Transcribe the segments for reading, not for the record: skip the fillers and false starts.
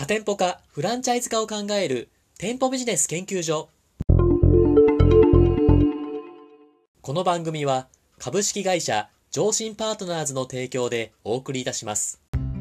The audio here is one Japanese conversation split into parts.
多店舗化、フランチャイズ化を考える店舗ビジネス研究所。この番組は株式会社上信パートナーズの提供でお送りいたします。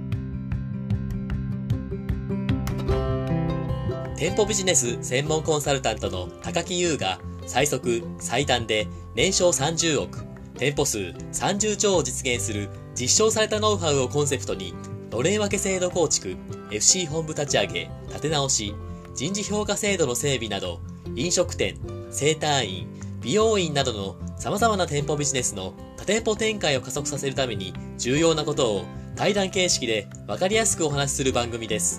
店舗ビジネス専門コンサルタントの高木優が最速最短で年商30億、店舗数30兆を実現する実証されたノウハウをコンセプトに、のれん分け制度構築、FC 本部立ち上げ、立て直し、人事評価制度の整備など、飲食店、整体院、美容院などの様々な店舗ビジネスの多店舗展開を加速させるために重要なことを対談形式で分かりやすくお話しする番組です。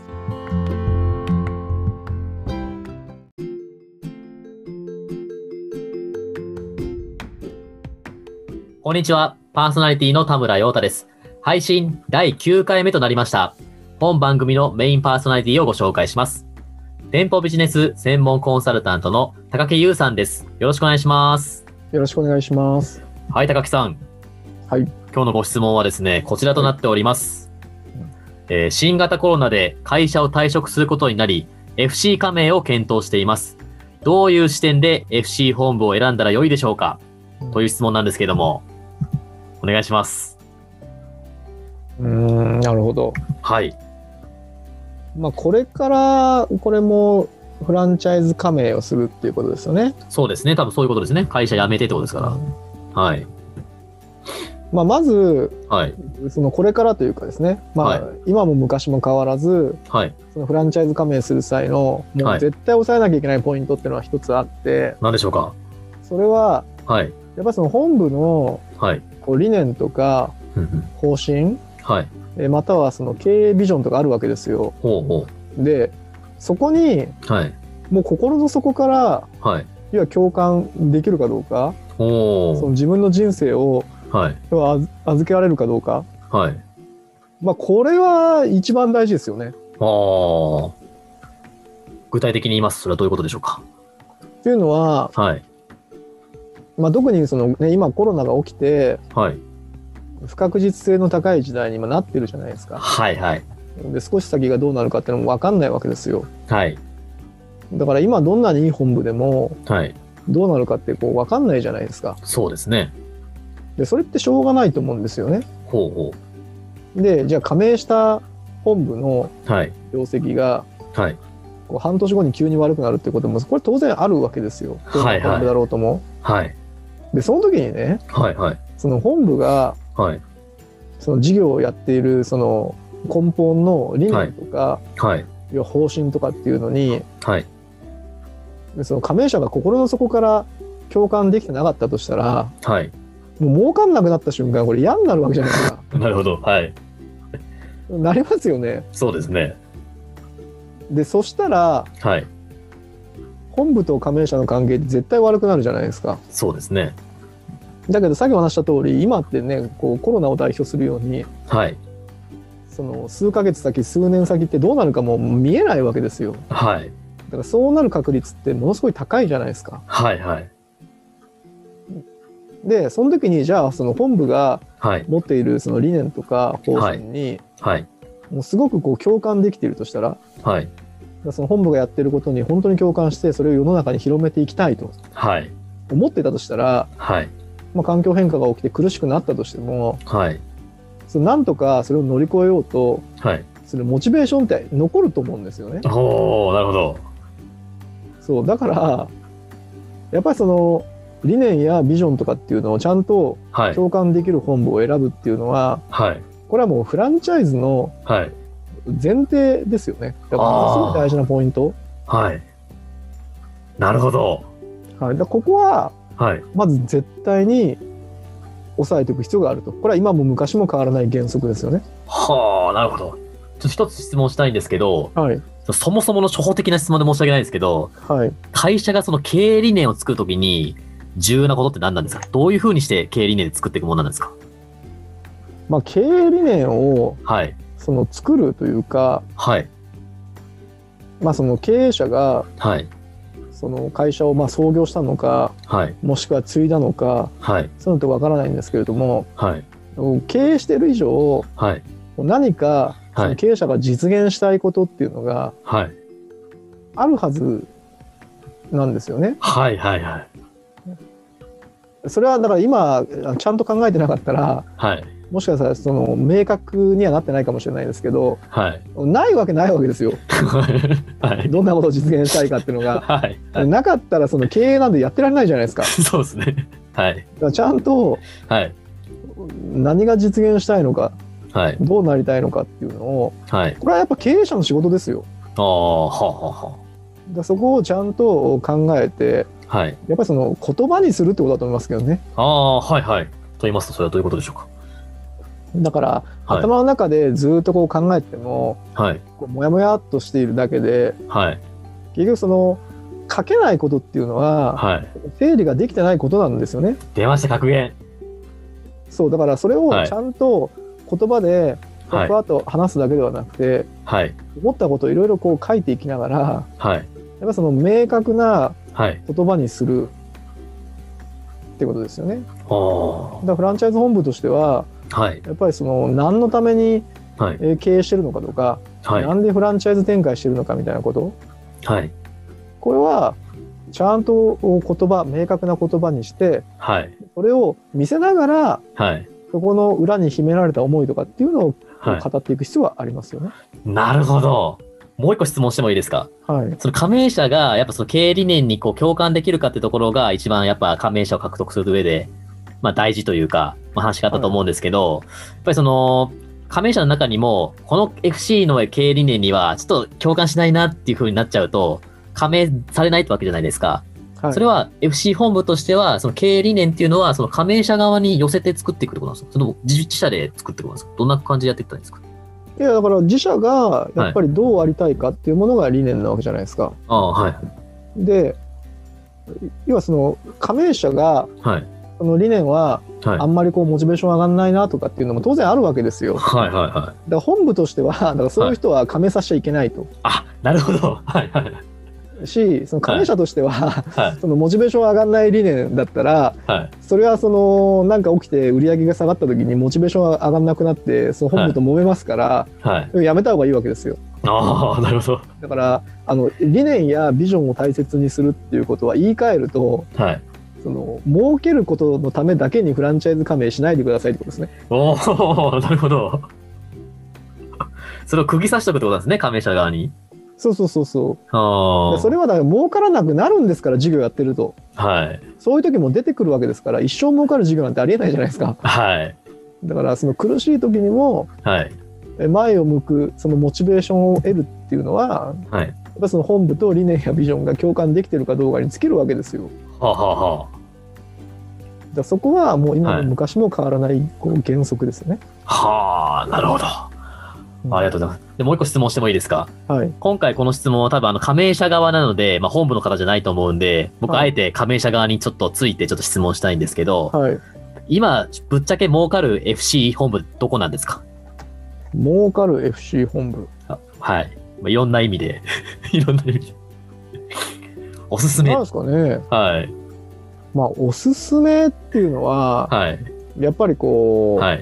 こんにちは。パーソナリティの田村陽太です。配信第9回目となりました。本番組のメインパーソナリティをご紹介します。店舗ビジネス専門コンサルタントの高木優さんです。よろしくお願いします。 よろしくお願いします。 はい、高木さん。 はい。 今日のご質問はですね、こちらとなっております。新型コロナで会社を退職することになり、FC 加盟を検討しています。どういう視点で FC 本部を選んだら良いでしょうか、という質問なんですけれども、お願いします。 なるほど。 はい。 これからこれもフランチャイズ加盟をするっていうことですよね。 そうですね。多分そういうことですね。会社辞めてってことですから。はい。 まず、 はい、 そのこれからというかですね、はい、今も昔も変わらず、はい、そのフランチャイズ加盟する際のもう絶対抑えなきゃいけないポイントっていうのは一つあって、 何でしょうか。 それは、 はい、 やっぱりその本部の、はい、こう理念とか方針、はい、またはその経営ビジョンとかあるわけですよ。でそこに、はい、もう心の底から、はい、要は共感できるかどうか、その自分の人生を、はい、預けられるかどうか、はい、これは一番大事ですよね。 具体的に言います。それはどういうことでしょうか。 というのは、はい、特にその、ね、今コロナが起きて、はい、不確実性の高い時代に今なってるじゃないですか。はいはい。で少し先がどうなるかっていうのも分かんないわけですよ。はい。だから今どんなにいい本部でも、はい、どうなるかってこう分かんないじゃないですか。 そうですね。 でそれってしょうがないと思うんですよね。 ほうほう。でじゃあ加盟した本部の業績が、はい、こう半年後に急に悪くなるってこともこれ当然あるわけですよ。どんな本部だろうとも。はい。でその時にね、はいはい、その本部が、はい、その事業をやっているその根本の理念とか、はい、要は方針とかっていうのに、はい、でその加盟者が心の底から共感できてなかったとしたら、はい、もう儲かんなくなった瞬間これ嫌になるわけじゃないですか。 なるほど。はい。 なりますよね。 そうですね。 でそしたら、はい、本部と加盟者の関係って絶対悪くなるじゃないですか。 そうですね。 だけどさっきお話した通り今ってねこうコロナを代表するように、はい、その数ヶ月先数年先ってどうなるかも見えないわけですよ。はい。だからそうなる確率ってものすごい高いじゃないですか。はいはい。でその時にじゃあその本部が持っているその理念とか方針に、はいはい、もうすごくこう共感できているとしたら、はい、その本部がやってることに本当に共感してそれを世の中に広めていきたいと思ってたとしたら、はい、環境変化が起きて苦しくなったとしても、はい、なんとかそれを乗り越えようとするモチベーションって残ると思うんですよね。 おー、なるほど。 そうだからやっぱりその理念やビジョンとかっていうのをちゃんと共感できる本部を選ぶっていうのは、はい、これはもうフランチャイズの前提ですよね。だからものすごい大事なポイント。 はい。なるほど。 はい。だここはまず絶対に抑えておく必要があると。これは今も昔も変わらない原則ですよね。 はあ、なるほど。ちょっと一つ質問したいんですけど、はい、そもそもの初歩的な質問で申し訳ないんですけど、はい、会社がその経営理念を作るときに重要なことって何なんですか？どういうふうにして経営理念で作っていくものなんですか？ 経営理念を、はい、その作るというか、はい、その経営者が、はい、その会社を創業したのか、はい、もしくは継いだのか、はい、そういうのってわからないんですけれども、はい、経営している以上、はい、何かその経営者が実現したいことっていうのがあるはずなんですよね。 はいはいはい。 それはだから今ちゃんと考えてなかったら、 はい、 もしかしたらその明確にはなってないかもしれないですけど、 はい、 ないわけないわけですよ。はい、どんなことを実現したいかっていうのが、はいはい、なかったらその経営なんでやってられないじゃないですか。 そうですね。はい。 だからちゃんと何が実現したいのか、はい、どうなりたいのかっていうのを、はい、これはやっぱ経営者の仕事ですよ。 ああ、はあはあ。 だそこをちゃんと考えて、はい、やっぱりその言葉にするってことだと思いますけどね。 ああ、はいはい。と言いますと、それはどういうことでしょうか。 だから、はい、頭の中でずっとこう考えても、はい、こうもやもやっとしているだけで、はい、結局その書けないことっていうのは、はい、整理ができてないことなんですよね。 出ました、格言。 そうだからそれをちゃんと言葉でふわふわと話すだけではなくて、はい、思ったことをいろいろこう書いていきながら、はい、やっぱその明確な言葉にするってことですよね。だからフランチャイズ本部としては、はい、やっぱりその何のために経営してるのかとか、はい、なんでフランチャイズ展開してるのかみたいなこと、はい、これはちゃんと明確な言葉にして、はい、それを見せながら、はい、そこの裏に秘められた思いとかっていうのを語っていく必要はありますよね。 なるほど。もう一個質問してもいいですか。はい。その加盟者がやっぱその経営理念にこう共感できるかってところが一番やっぱ加盟者を獲得する上で、まあ大事というか、まあ話し方と思うんですけど、はい、やっぱりその加盟者の中にもこの FC の経営理念にはちょっと共感しないなっていう風になっちゃうと加盟されないってわけじゃないですか。はい、それは FC 本部としてはその経営理念っていうのはその加盟者側に寄せて作っていくってことなんですか。その自社で作っていくんですか。どんな感じでやっていったらいいんですか。 いやだから自社がやっぱりどうありたいかっていうものが理念なわけじゃないですか。はい、で要はその加盟者が、はい、その理念はあんまりこうモチベーション上がんないなとかっていうのも当然あるわけですよ。はいはいはい。だから本部としてはだからそういう人は加盟させちゃいけないと。 あ、なるほど。はいはい。 しその加盟者としては、はい、そのモチベーション上がんない理念だったら、はい、それはそのなんか起きて売り上げが下がった時にモチベーションが上がんなくなってその本部と揉めますから、はい、やめた方がいいわけですよ。 ああ、なるほど。 だから理念やビジョンを大切にするっていうことは言い換えると、はい、その儲けることのためだけにフランチャイズ加盟しないでくださいってことですね。 おお、なるほど。それを釘刺しておくってことなんですね、加盟者側に。 そうそうそうそう。それはだから儲からなくなるんですから、事業やってると、はい、そういう時も出てくるわけですから、一生儲かる事業なんてありえないじゃないですか。はい、だからその苦しい時にも、はい、前を向くそのモチベーションを得るっていうのは、はい、やっぱその本部と理念やビジョンが共感できてるかどうかに尽きるわけですよ。はあはあ、だそこはもう今も昔も変わらないこう原則ですよね。 はあ、なるほど。ありがとうございます。で、もう一個質問してもいいですか。はい。今回この質問は多分加盟者側なので、まあ本部の方じゃないと思うんで、僕あえて加盟者側にちょっとついてちょっと質問したいんですけど、はい。今、ぶっちゃけ儲かる FC 本部どこなんですか。 儲かる FC 本部。 はい。まあ、いろんな意味で、いろんな意味で。おすすめ。 なんですかね。 はい。 まあ、おすすめっていうのは、はい。やっぱりこう、はい。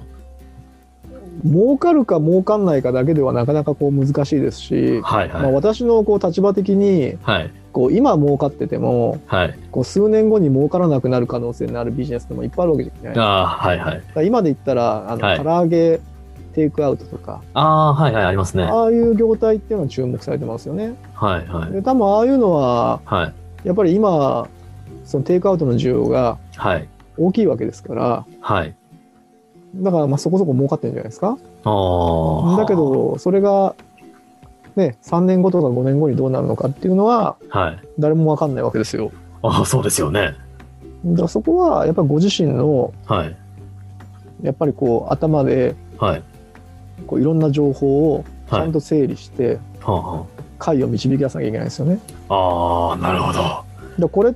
儲かるか儲かんないかだけではなかなかこう難しいですし、はいはい、まあ、私のこう立場的に、はい、こう今儲かってても、はい、こう数年後に儲からなくなる可能性のあるビジネスでもいっぱいあるわけじゃないですか。あ、はいはい、今で言ったらはい、唐揚げテイクアウトとか、 はいはい、ありますね。 ああいう業態っていうのは注目されてますよね。はいはい、で多分ああいうのは、はい、やっぱり今そのテイクアウトの需要が大きいわけですから、はい、だからまあそこそこ儲かってるんじゃないですか。だけどそれがね3年後とか5年後にどうなるのかっていうのは誰も分かんないわけですよ。 ああ、そうですよね。 だからそこはやっぱりご自身の、はい、やっぱりこう頭で、はい、こういろんな情報をちゃんと整理して、はい、解を導き出さなきゃいけないですよね。 ああ、なるほど。 でこれって、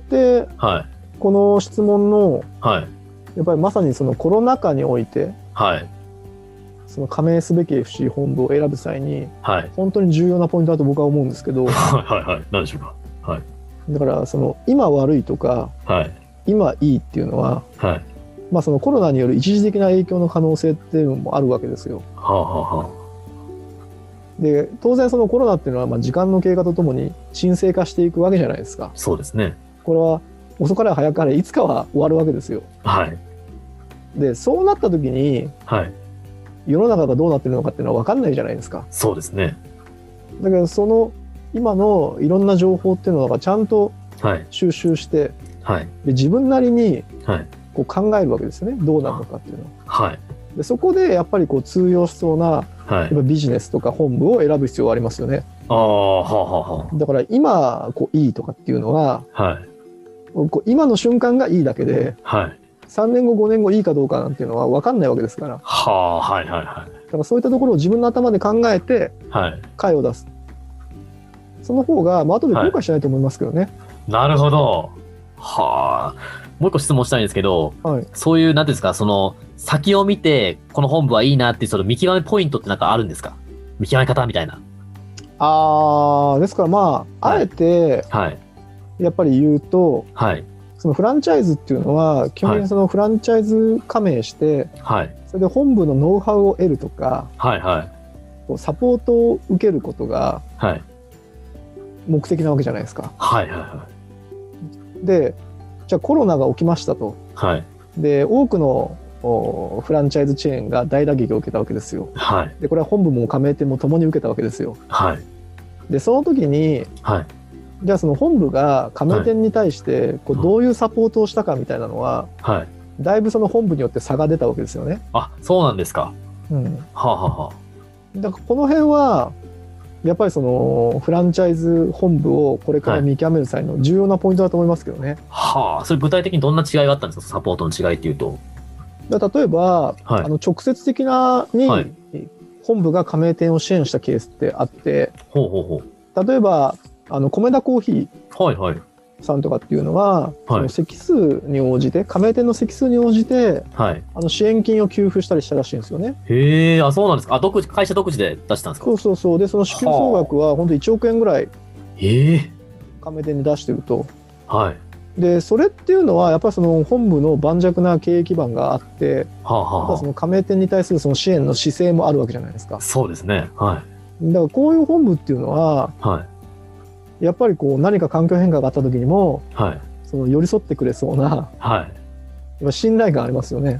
はい、この質問の、はい、やっぱりまさにそのコロナ禍において、はい、その加盟すべき FC 本部を選ぶ際に、はい、本当に重要なポイントだと僕は思うんですけど、 はいはいはい、何でしょうか。はい、 だからその今悪いとか、はい、今いいっていうのは、はい、まあそのコロナによる一時的な影響の可能性っていうのもあるわけですよ。はあはあ、 で当然そのコロナっていうのは時間の経過とともに沈静化していくわけじゃないですか。 そうですね。 これは遅かれ早かれいつかは終わるわけですよ。 はい。 でそうなった時に、 はい、 世の中がどうなってるのかっていうのは分かんないじゃないですか。 そうですね。 だけどその今のいろんな情報っていうのがちゃんと収集して、 はい、 で自分なりにはいこう考えるわけですよね。どうなるのかっていうのを。 はい。 でそこでやっぱりこう通用しそうな、はい、ビジネスとか本部を選ぶ必要がありますよね。 ああ、はあはあ。 だから今こういいとかっていうのは、 はい、 こう今の瞬間がいいだけで、 はい、 3年後5年後いいかどうかなんていうのは分かんないわけですから。 はあ、はいはいはい。 だからそういったところを自分の頭で考えて解を出す。その方が、後で後悔しないと思いますけどね。 なるほど。はあ。もう一個質問したいんですけど、そういう、なんていうんですか、その、先を見て、この本部はいいなっていう、その見極めポイントってなんかあるんですか？見極め方みたいな。 ですからあえて、やっぱり言うと、そのフランチャイズっていうのは、基本的にそのフランチャイズ加盟して、それで本部のノウハウを得るとか、サポートを受けることが、目的なわけじゃないですか。で、じゃあコロナが起きましたと。で、多くのフランチャイズチェーンが大打撃を受けたわけですよ。で、これは本部も加盟店も共に受けたわけですよ。で、その時に、じゃあその本部が加盟店に対してこうどういうサポートをしたかみたいなのは、だいぶその本部によって差が出たわけですよね。 あ、そうなんですか。 だからこの辺はやっぱりそのフランチャイズ本部をこれから見極める際の重要なポイントだと思いますけどね。 それ具体的にどんな違いがあったんですか？サポートの違いっていうと。 例えば、直接的なに本部が加盟店を支援したケースってあって、例えば米田コーヒーさんとかっていうのは、その席数に応じて加盟店の席数に応じて、支援金を給付したりしたらしいんですよね。 へえ、そうなんですか。会社独自で出したんですか？ そうでその支給総額は本当1億円ぐらい加盟店に出してると。でそれっていうのはやっぱりその本部の盤石な経営基盤があって、その加盟店に対するその支援の姿勢もあるわけじゃないですか。 そうですね。 だからこういう本部っていうのは、やっぱりこう何か環境変化があった時にも、その寄り添ってくれそうな、信頼感ありますよね。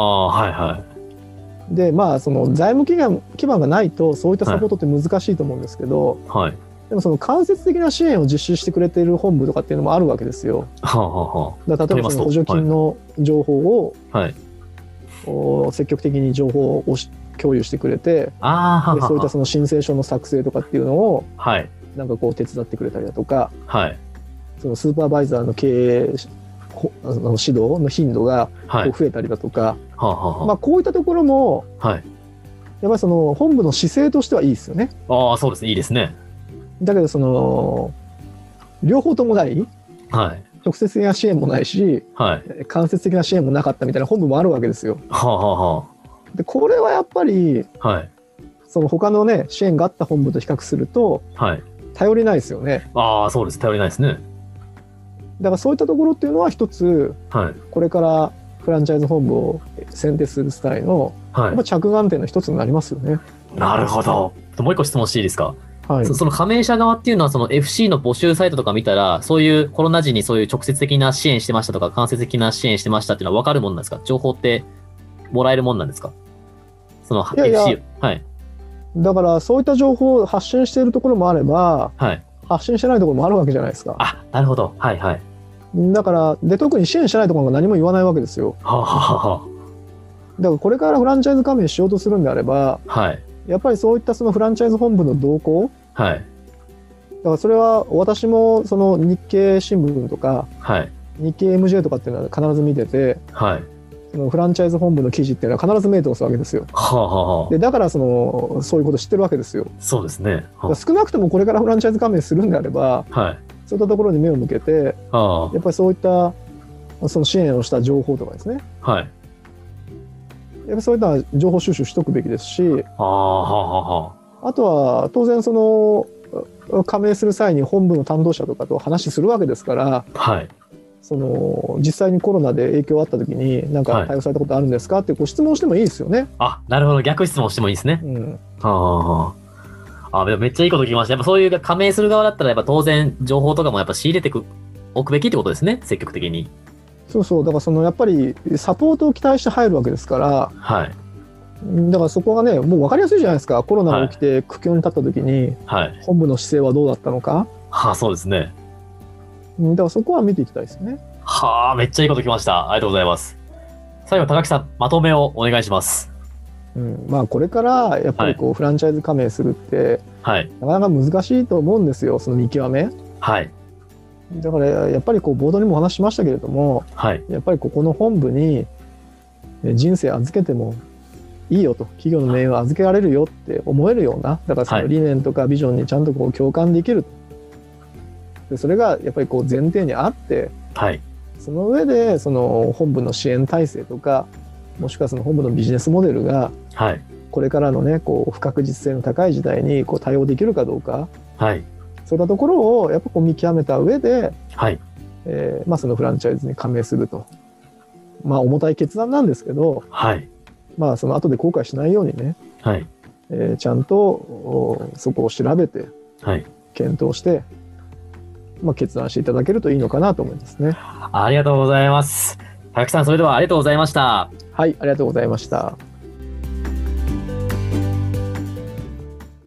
でその財務基盤がないとそういったサポートって難しいと思うんですけど、でもその間接的な支援を実施してくれている本部とかっていうのもあるわけですよ。例えばその補助金の情報を、積極的に情報を共有してくれて、そういったその申請書の作成とかっていうのを、なんかこう手伝ってくれたりだとか、そのスーパーバイザーの経営指導の頻度がこう増えたりだとか、こういったところも、やっぱりその本部の姿勢としてはいいですよね。 そうですね、いいですね。 だけどその両方ともない、直接的な支援もないし、間接的な支援もなかったみたいな本部もあるわけですよ。でこれはやっぱり、その他のね支援があった本部と比較すると、頼りないですよね。 そうです、頼りないですね。 だからそういったところっていうのは一つ、これからフランチャイズ本部を選定する際の、やっぱ着眼点の一つになりますよね。 なるほど。もう一個質問していいですか？その加盟者側っていうのは、その FC の募集サイトとか見たら、そういうコロナ時にそういう直接的な支援してましたとか、間接的な支援してましたっていうのは分かるもんなんですか？情報ってもらえるもんなんですか？その FC。 だからそういった情報を発信しているところもあれば、発信してないところもあるわけじゃないですか。 なるほど。 だから特に支援してないところが何も言わないわけですよ。だからこれからフランチャイズ加盟しようとするんであれば、やっぱりそういったそのフランチャイズ本部の動向、だからそれは私もその日経新聞とか、日経 MJ とかっていうのは必ず見てて、そのフランチャイズ本部の記事っていうのは必ず目を通すわけですよ。でだからそういうこと知ってるわけですよ。 そうですね。 少なくともこれからフランチャイズ加盟するんであれば、そういったところに目を向けて、やっぱりそういったその支援をした情報とかですね、やっぱそういった情報収集しとくべきですし、あとは当然その加盟する際に本部の担当者とかと話するわけですから、その実際にコロナで影響あった時に何か対応されたことあるんですかってご質問してもいいですよね。 なるほど、逆質問してもいいですね。 でもめっちゃいいこと聞きました。やっぱそういう加盟する側だったら、やっぱ当然情報とかもやっぱ仕入れておくべきってことですね、積極的に。 そうそう、だからやっぱりサポートを期待して入るわけですから、 はい。 だからそこがね、もう分かりやすいじゃないですか。コロナが起きて苦境に立った時に、 はい、 本部の姿勢はどうだったのか。 はあ、そうですね。 だからそこは見ていきたいですね。 はあ、めっちゃいいこと聞きました。ありがとうございます。最後、高木さん、まとめをお願いします。 まあこれからやっぱりフランチャイズ加盟するって、はい、なかなか難しいと思うんですよ、その見極め。 はい。 だからやっぱり冒頭にもお話ししましたけれども、はい、やっぱりここの本部に人生預けてもいいよと、企業の名誉を預けられるよって思えるような、だからその理念とかビジョンにちゃんと共感できる。でそれがやっぱり前提にあって、はい、その上でその本部の支援体制とか、もしくはその本部のビジネスモデルが、はい、これからのね不確実性の高い時代に対応できるかどうか、はい、そういったところをやっぱ見極めた上で、はい、まあそのフランチャイズに加盟すると、まあ重たい決断なんですけど、はい、まあその後で後悔しないようにね、はい、ちゃんとそこを調べて、はい、検討して、まあ、決断していただけるといいのかなと思いますね。 ありがとうございます。高木さん、それではありがとうございました。 はい、ありがとうございました。